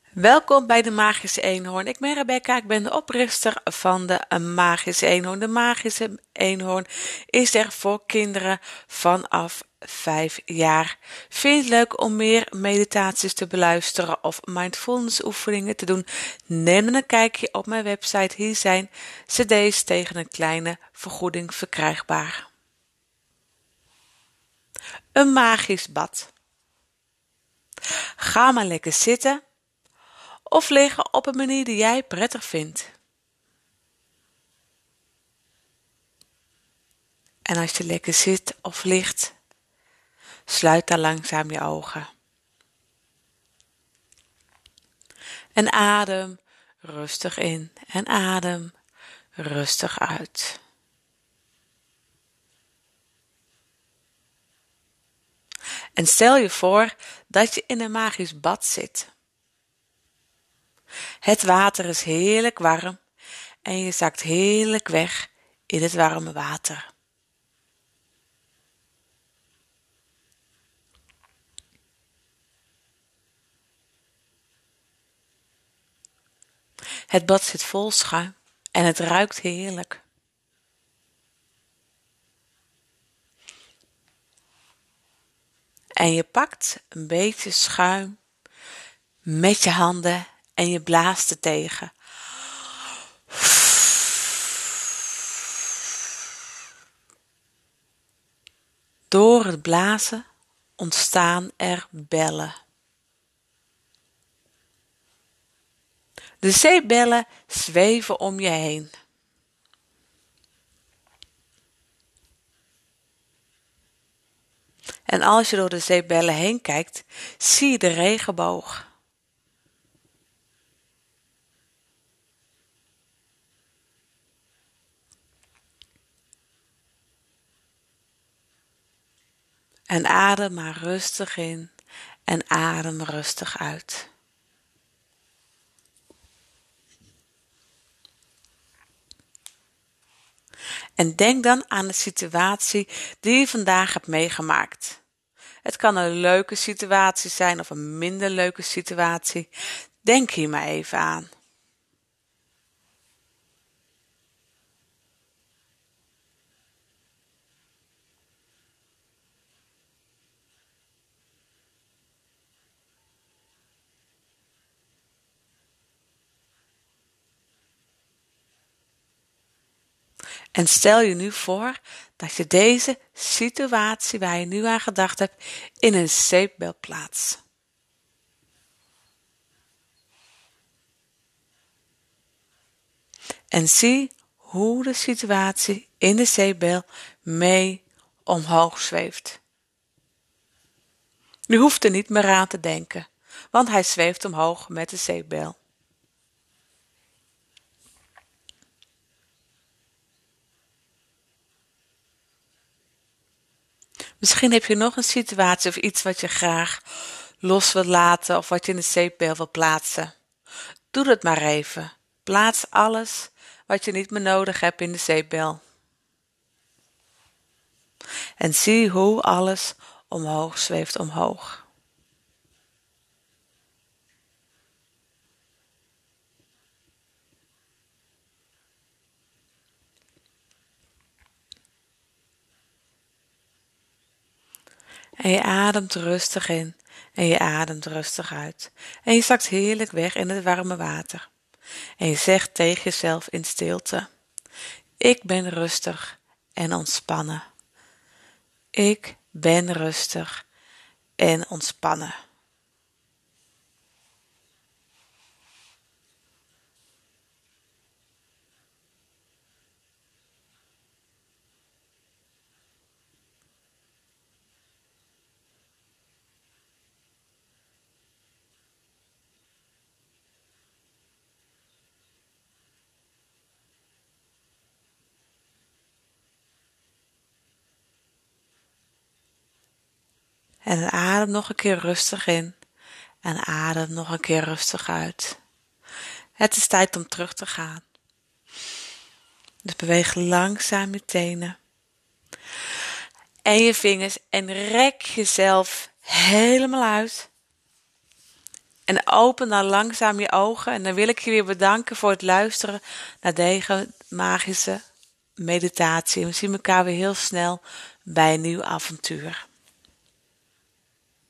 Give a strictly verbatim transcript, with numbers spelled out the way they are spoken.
Welkom bij de Magische Eenhoorn. Ik ben Rebecca, ik ben de oprichter van de Magische Eenhoorn. De Magische Eenhoorn is er voor kinderen vanaf vijf jaar. Vind je het leuk om meer meditaties te beluisteren of mindfulness oefeningen te doen? Neem dan een kijkje op mijn website. Hier zijn cd's tegen een kleine vergoeding verkrijgbaar. Een magisch bad. Ga maar lekker zitten of liggen op een manier die jij prettig vindt. En als je lekker zit of ligt, sluit dan langzaam je ogen. En adem rustig in en adem rustig uit. En stel je voor dat je in een magisch bad zit. Het water is heerlijk warm en je zakt heerlijk weg in het warme water. Het bad zit vol schuim en het ruikt heerlijk. En je pakt een beetje schuim met je handen en je blaast er tegen. Door het blazen ontstaan er bellen. De zeebellen zweven om je heen. En als je door de zeebellen heen kijkt, zie je de regenboog. En adem maar rustig in en adem rustig uit. En denk dan aan de situatie die je vandaag hebt meegemaakt. Het kan een leuke situatie zijn of een minder leuke situatie. Denk hier maar even aan. En stel je nu voor dat je deze situatie waar je nu aan gedacht hebt in een zeepbel plaatst. En zie hoe de situatie in de zeepbel mee omhoog zweeft. Je hoeft er niet meer aan te denken, want hij zweeft omhoog met de zeepbel. Misschien heb je nog een situatie of iets wat je graag los wilt laten of wat je in de zeepbel wilt plaatsen. Doe dat maar even. Plaats alles wat je niet meer nodig hebt in de zeepbel. En zie hoe alles omhoog zweeft omhoog. En je ademt rustig in en je ademt rustig uit. En je zakt heerlijk weg in het warme water. En je zegt tegen jezelf in stilte: ik ben rustig en ontspannen. Ik ben rustig en ontspannen. En adem nog een keer rustig in en adem nog een keer rustig uit. Het is tijd om terug te gaan. Dus beweeg langzaam je tenen en je vingers en rek jezelf helemaal uit. En open dan langzaam je ogen. En dan wil ik je weer bedanken voor het luisteren naar deze magische meditatie. We zien elkaar weer heel snel bij een nieuw avontuur.